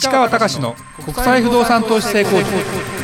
市川隆の国際不動産投資成功塾。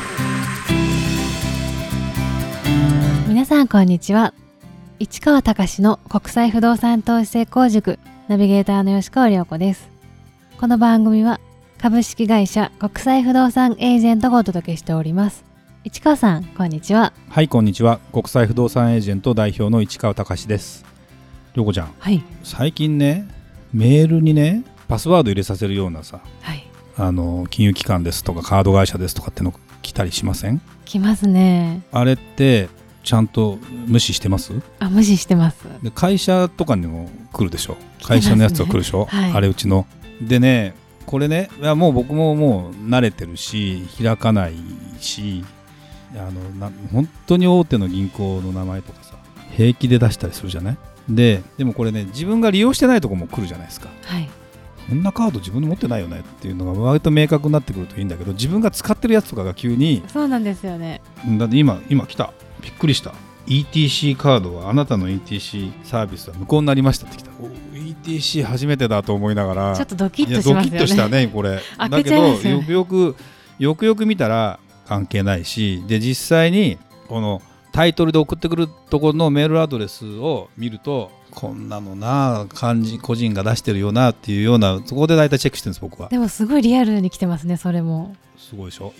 皆さんこんにちは。市川隆の国際不動産投資成功塾ナビゲーターの吉川亮子です。この番組は株式会社国際不動産エージェントがお届けしております。市川さんこんにちは。 はい、こんにちは。国際不動産エージェント代表の市川隆です。亮子ちゃん、 はい、 最近ねメールにねパスワード入れさせるようなさ、 はい、 金融機関ですとかカード会社ですとかっての来たりしません？ 来ますね。 あれってちゃんと無視してます？ 無視してます。 で会社とかにも来るでしょ、会社のやつは来るでしょ、 はい、 あれうちのでね、これねもう僕ももう慣れてるし開かないし、本当に大手の銀行の名前とかさ平気で出したりするじゃない。でもこれね自分が利用してないとこも来るじゃないですか。 はい、 こんなカード自分で持ってないよねっていうのが割と明確になってくるといいんだけど、自分が使ってるやつとかが急にそうなんですよね。 だって今来た、びっくりした。 ETC カードはあなたの ETC サービスは無効になりましたって来た。ETC 初めてだと思いながらちょっとドキッとしますよね。 ドキッとしたねこれだけどよくよく見たら関係ないし、で実際にこのタイトルで送ってくるところのメールアドレスを見るとこんなのな個人が出してるよなっていうような、そこで大体チェックしてるんです僕は。 でもすごいリアルに来てますね。それもすごいでしょ。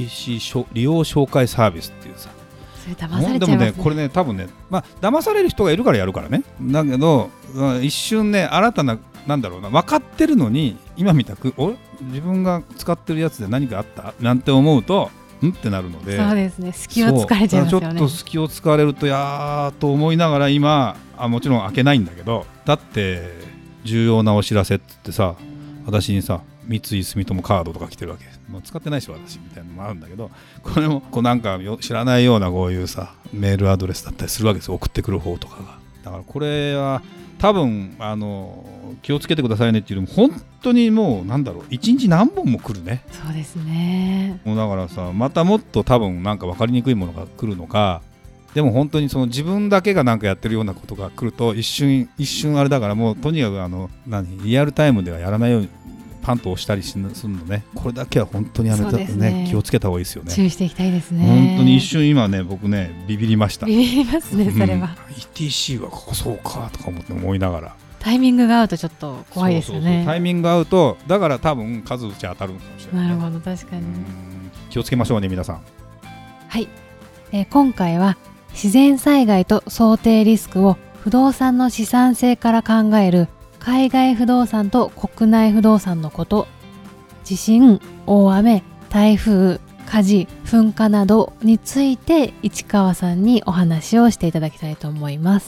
ETC 利用紹介サービスっていうさ、 それ騙されちゃいますね。 でもねこれね多分ね騙される人がいるからやるからね。だけど一瞬ね新たななんだろうな、分かってるのに今みたく自分が使ってるやつで何かあったなんて思うとってなるので、 そうですね、隙を突かれちゃいますよね。 ちょっと隙を突かれるとやーと思いながら今もちろん開けないんだけど、だって重要なお知らせってさ、私にさ三井住友カードとか来てるわけ。もう使ってないし私みたいなのもあるんだけど、これもなんか知らないようなこういうさメールアドレスだったりするわけですよ、送ってくる方とかが。だからこれは多分気をつけてくださいねっていうよりも本当にもうなんだろう、一日何本も来るね。 そうですね。もうだからさまたもっと多分なんか分かりにくいものが来るのか、でも本当にその自分だけがなんかやってるようなことが来ると一瞬あれだから、もうとにかくリアルタイムではやらないようにパンと押したりするのね。これだけは本当にやめたね、気をつけた方がいいですよね。 注意していきたいですね。 本当に一瞬今ね僕ねビビりました。 ビビりますねそれは、 ETC はそうかとか思いながら、 タイミングが合うとちょっと怖いですよね。 そうタイミングが合うとだから多分数打ち当たるのかもしれない。 なるほど、確かに気をつけましょうね皆さん。 はい、今回は自然災害と想定リスクを不動産の資産性から考える海外不動産と国内不動産のこと、地震、大雨、台風、火事、噴火などについて市川さんにお話をしていただきたいと思います。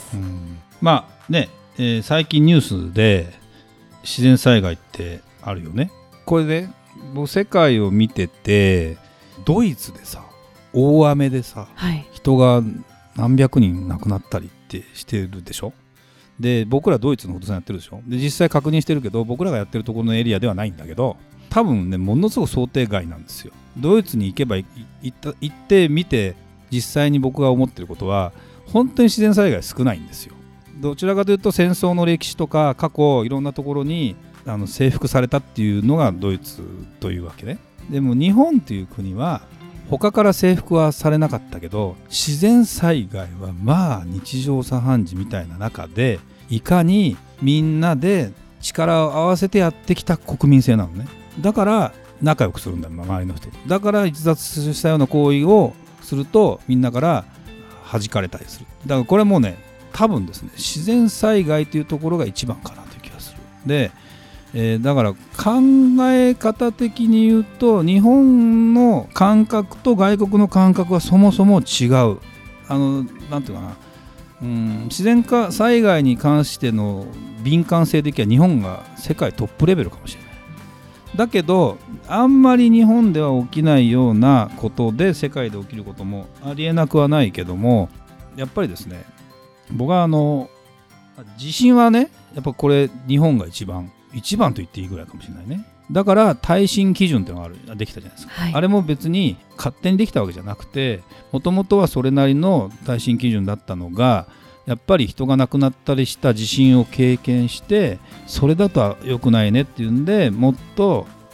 最近ニュースで自然災害ってあるよね。これでもう世界を見ててドイツでさ大雨でさ、 はい、 人が何百人亡くなったりってしてるでしょ。で僕らドイツの不動産やってるでしょ。で実際確認してるけど僕らがやってるところのエリアではないんだけど、多分ねものすごく想定外なんですよ。ドイツに行けば行ってみて実際に僕が思ってることは本当に自然災害少ないんですよ。どちらかというと戦争の歴史とか過去いろんなところに征服されたっていうのがドイツというわけね。でも日本という国は他から征服はされなかったけど自然災害は日常茶飯事みたいな中でいかにみんなで力を合わせてやってきた国民性なのね。だから仲良くするんだよ周りの人と。だから逸脱したような行為をするとみんなから弾かれたりする。だからこれもね多分ですね自然災害というところが一番かなという気がする。でだから考え方的に言うと日本の感覚と外国の感覚はそもそも違う。なんていうかな、自然災害に関しての敏感性的には日本が世界トップレベルかもしれない。だけどあんまり日本では起きないようなことで世界で起きることもありえなくはないけども、やっぱりですね僕は地震はねやっぱこれ日本が一番と言っていいぐらいかもしれないね。だから耐震基準っていうのができたじゃないですか、はい、あれも別に勝手にできたわけじゃなくてもともとはそれなりの耐震基準だったのがやっぱり人が亡くなったりした地震を経験してそれだと良くないねっていうんでもっと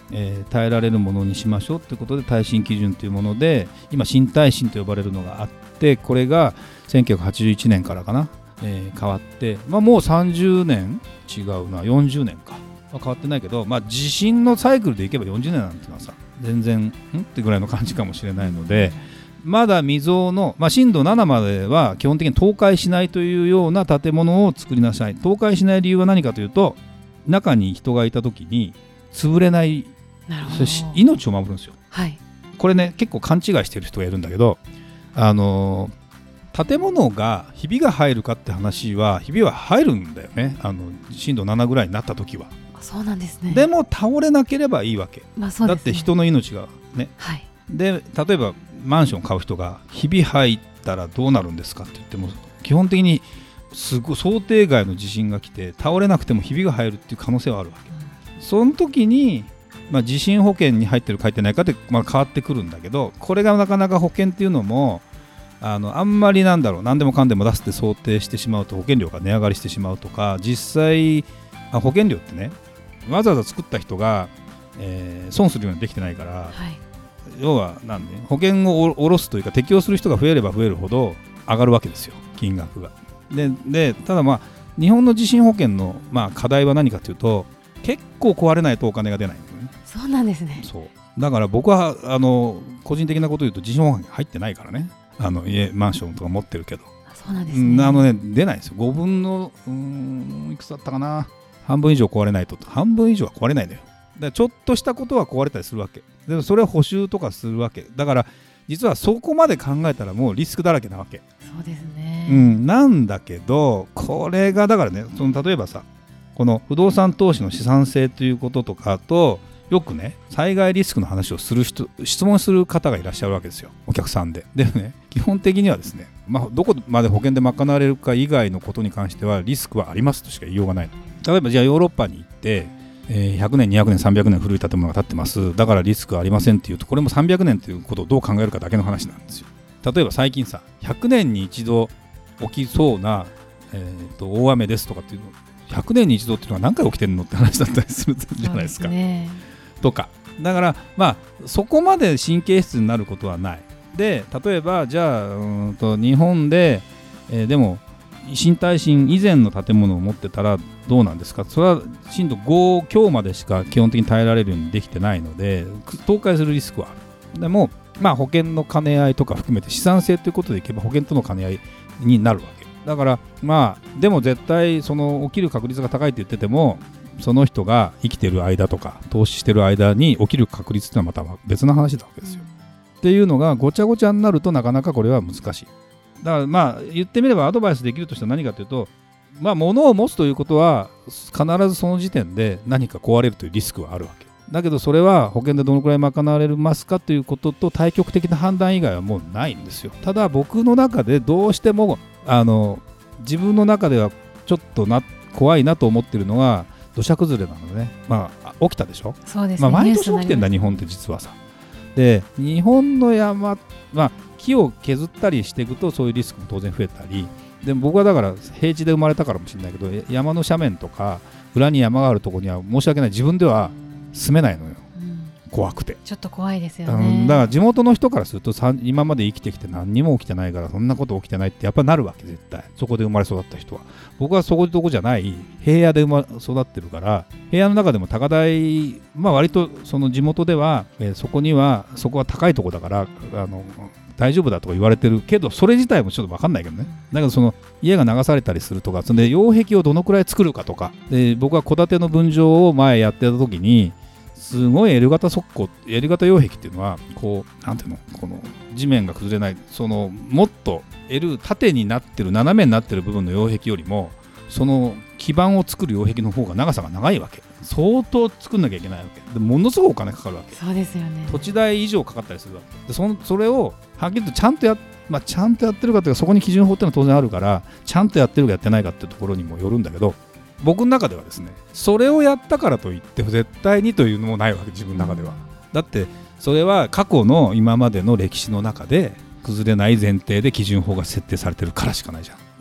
耐えられるものにしましょうということで耐震基準というもので今新耐震と呼ばれるのがあって、これが1981年からかな、変わって、もう30年違うな、40年か、変わってないけど、地震のサイクルでいけば40年なんていうのはさ全然ってぐらいの感じかもしれないので、まだ未曾有の、震度7までは基本的に倒壊しないというような建物を作りなさい。倒壊しない理由は何かというと、中に人がいた時に潰れない、それ命を守るんですよ、はい、これね結構勘違いしてる人がいるんだけど、建物がひびが入るかって話はひびは入るんだよね、震度7ぐらいになった時は。 そうなんですね。 でも倒れなければいいわけ、 そうですね、 だって人の命がね、はい、で例えばマンション買う人がひび入ったらどうなるんですかって言っても、基本的にすごい想定外の地震が来て倒れなくてもひびが入るっていう可能性はあるわけ、その時に地震保険に入ってるか入ってないかって変わってくるんだけど、これがなかなか保険っていうのもあんまり何でもかんでも出すって想定してしまうと保険料が値上がりしてしまうとか、実際保険料ってねわざわざ作った人が、損するようにできてないから、はい、要は保険を下ろすというか適用する人が増えれば増えるほど上がるわけですよ、金額が。でただ日本の地震保険の課題は何かというと、結構壊れないとお金が出ないんだよね。 そうなんですね。 そうだから僕は個人的なことを言うと地震保険入ってないからね、家マンションとか持ってるけど。 そうなんですね。 出ないんですよ。5分のいくつだったかな、半分以上壊れないと、半分以上は壊れないんだよ。だからちょっとしたことは壊れたりするわけでも、それは補修とかするわけだから、実はそこまで考えたらもうリスクだらけなわけ。 そうですね、 なんだけど、これがだからね、例えばさ、この不動産投資の資産性ということとかとよくね、災害リスクの話をする人、質問する方がいらっしゃるわけですよ、お客さんで。でもね、基本的にはですね、どこまで保険で賄われるか以外のことに関してはリスクはありますとしか言いようがない。例えばじゃあヨーロッパに行って、100年200年300年古い建物が建ってます、だからリスクありませんっていうと、これも300年ということをどう考えるかだけの話なんですよ。例えば最近さ、100年に一度起きそうな、大雨ですとかっていうの、100年に一度っていうのは何回起きてるのって話だったりするじゃないですか。そうですね。とかだからそこまで神経質になることはない。で例えばじゃあ日本で、でも新耐震以前の建物を持ってたらどうなんですか。それは震度5強までしか基本的に耐えられるようにできてないので倒壊するリスクはある。でも保険の兼ね合いとか含めて資産性ということでいけば保険との兼ね合いになるわけだから、でも絶対その起きる確率が高いって言ってても、その人が生きてる間とか投資してる間に起きる確率っていうのはまた別の話なわけですよ、っていうのがごちゃごちゃになるとなかなかこれは難しい。だから言ってみればアドバイスできるとしたら何かというと、物を持つということは必ずその時点で何か壊れるというリスクはあるわけだけど、それは保険でどのくらい賄われますかということと対極的な判断以外はもうないんですよ。ただ僕の中でどうしても自分の中ではちょっと怖いなと思ってるのは土砂崩れなのでね、起きたでしょ。 そうですね、 毎年起きてんだ日本って実はさ。で日本の山、木を削ったりしていくとそういうリスクも当然増えたり、でも僕はだから平地で生まれたからもしれないけど、山の斜面とか裏に山があるところには申し訳ない、自分では住めないのよ、怖くて。 ちょっと怖いですよね。 だから地元の人からすると今まで生きてきて何にも起きてないからそんなこと起きてないってやっぱなるわけ。絶対そこで生まれ育った人は。僕はそこじゃない平野で育ってるから、平野の中でも高台、割とその地元では、そこは高いとこだから大丈夫だとか言われてるけど、それ自体もちょっと分かんないけどね。だけどその家が流されたりするとか、それで擁壁をどのくらい作るかとかで、僕は戸建ての分譲を前やってた時にすごい L 型擁壁っていうのはなんていうの、この地面が崩れない、もっと L 縦になってる斜めになってる部分の擁壁よりもその基盤を作る擁壁の方が長さが長いわけ。相当作んなきゃいけないわけで、ものすごくお金かかるわけ。 そうですよね。 土地代以上かかったりするわけで、それをはっきりとちゃんとやってるかというか、そこに基準法っていうのは当然あるから、ちゃんとやってるかやってないかっていうところにもよるんだけど、僕の中ではですね、それをやったからといって絶対にというのもないわけ、自分の中では。だってそれは過去の今までの歴史の中で崩れない前提で基準法が設定されてるからしかないじゃん。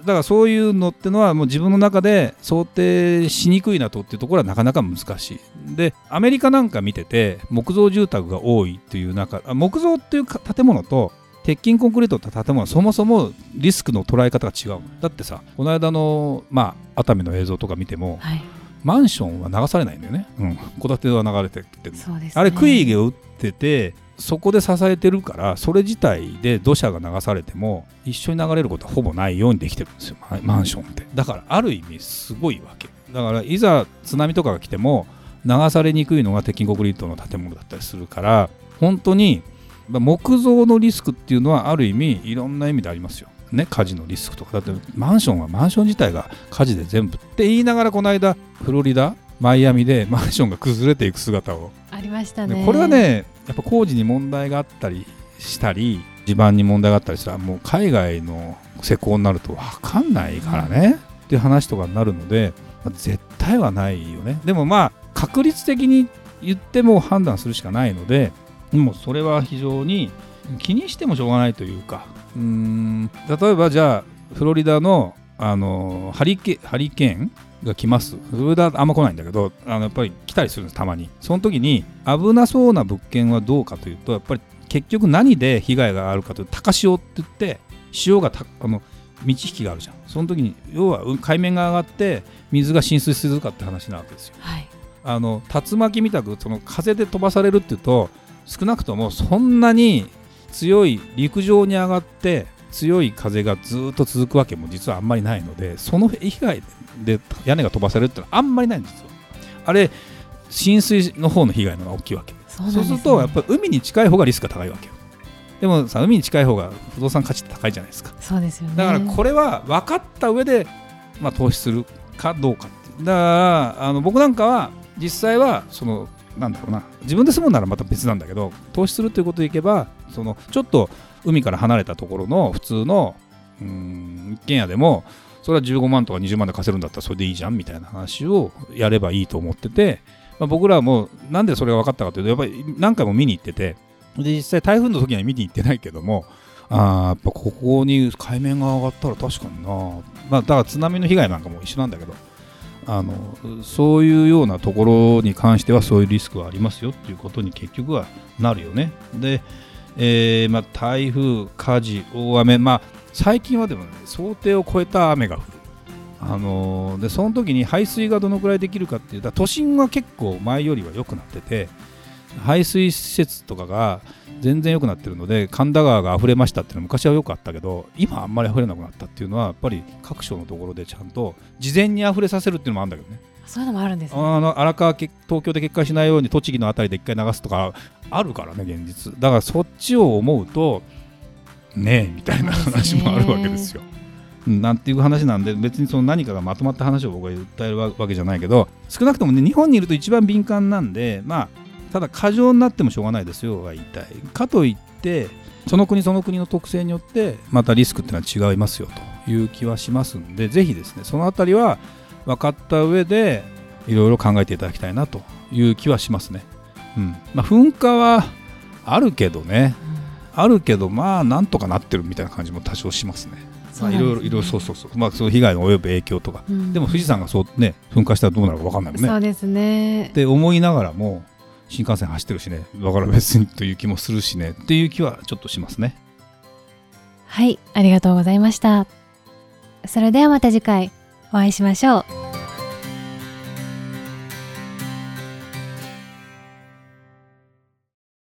からそういうのってのはもう自分の中で想定しにくいなとっていうところはなかなか難しい。でアメリカなんか見てて木造住宅が多いっていう中、木造っていう建物と鉄筋コンクリートって建物はそもそもリスクの捉え方が違う。だってさ、この間の熱海の映像とか見ても、 はい、 マンションは流されないんだよね。戸建ては流れてってる。 そうですね、 あれ杭を打っててそこで支えてるから、それ自体で土砂が流されても一緒に流れることはほぼないようにできてるんですよ、マンションって。だからある意味すごいわけだから、いざ津波とかが来ても流されにくいのが鉄筋コンクリートの建物だったりするから、本当に木造のリスクっていうのはある意味いろんな意味でありますよね。火事のリスクとかだって、マンション自体が火事で全部って言いながら、この間フロリダマイアミでマンションが崩れていく姿をありましたね。 これはね、やっぱ工事に問題があったりしたり地盤に問題があったりしたら、もう海外の施工になると分かんないからね、っていう話とかになるので、絶対はないよね。でも確率的に言っても判断するしかないので、もうそれは非常に気にしてもしょうがないというか、例えばじゃあフロリダの、ハリケーンが来ます。フロリダあんま来ないんだけど、やっぱり来たりするんです、たまに。その時に危なそうな物件はどうかというと、やっぱり結局何で被害があるかというと、高潮って言って潮が満ち引きがあるじゃん。その時に要は海面が上がって水が浸水するかって話なわけですよ。 はい、 竜巻みたくその風で飛ばされるっていうと、少なくともそんなに強い陸上に上がって強い風がずっと続くわけも実はあんまりないので、その被害で屋根が飛ばされるってのはあんまりないんですよ。あれ浸水の方の被害の方が大きいわけ。そうするとやっぱり海に近い方がリスクが高いわけよ。でもさ、海に近い方が不動産価値って高いじゃないですか。 そうですよね。 だからこれは分かった上で、投資するかどうかって。だから僕なんかは実際は自分で住むならまた別なんだけど、投資するということでいけば、ちょっと海から離れたところの普通の一軒家でも、それは15万とか20万で貸せるんだったらそれでいいじゃんみたいな話をやればいいと思ってて、僕らはもうなんでそれが分かったかというと、やっぱり何回も見に行ってて、で実際台風の時には見に行ってないけども、やっぱここに海面が上がったら確かにな、だから津波の被害なんかも一緒なんだけど、そういうようなところに関してはそういうリスクはありますよっていうことに結局はなるよね。で、台風、火事、大雨、最近はでもね、想定を超えた雨が降る。でその時に排水がどのくらいできるかっていうと、都心は結構前よりは良くなってて、排水施設とかが全然良くなってるので、神田川が溢れましたっていうのは昔はよくあったけど、今あんまり溢れなくなったっていうのは、やっぱり各所のところでちゃんと事前に溢れさせるっていうのもあるんだけどね。 そういうのもあるんですね。 荒川東京で決壊しないように栃木のあたりで一回流すとかあるからね、現実。だからそっちを思うとねえみたいな話もあるわけですよ。なんていう話なんで、別にその何かがまとまった話を僕は訴えるわけじゃないけど、少なくともね、日本にいると一番敏感なんで、ただ過剰になってもしょうがないですよは言いたい。かといってその国その国の特性によってまたリスクっていうのは違いますよという気はしますんで、ぜひですね、そのあたりは分かった上でいろいろ考えていただきたいなという気はしますね。噴火はあるけどね、あるけどなんとかなってるみたいな感じも多少しますね。いろいろそうその被害の及ぶ影響とか、でも富士山がそうね噴火したらどうなるか分かんないもんね。 そうですねって思いながらも、新幹線走ってるしね、だから別にという気もするしねっていう気はちょっとしますね。 はい、ありがとうございました。それではまた次回お会いしましょう。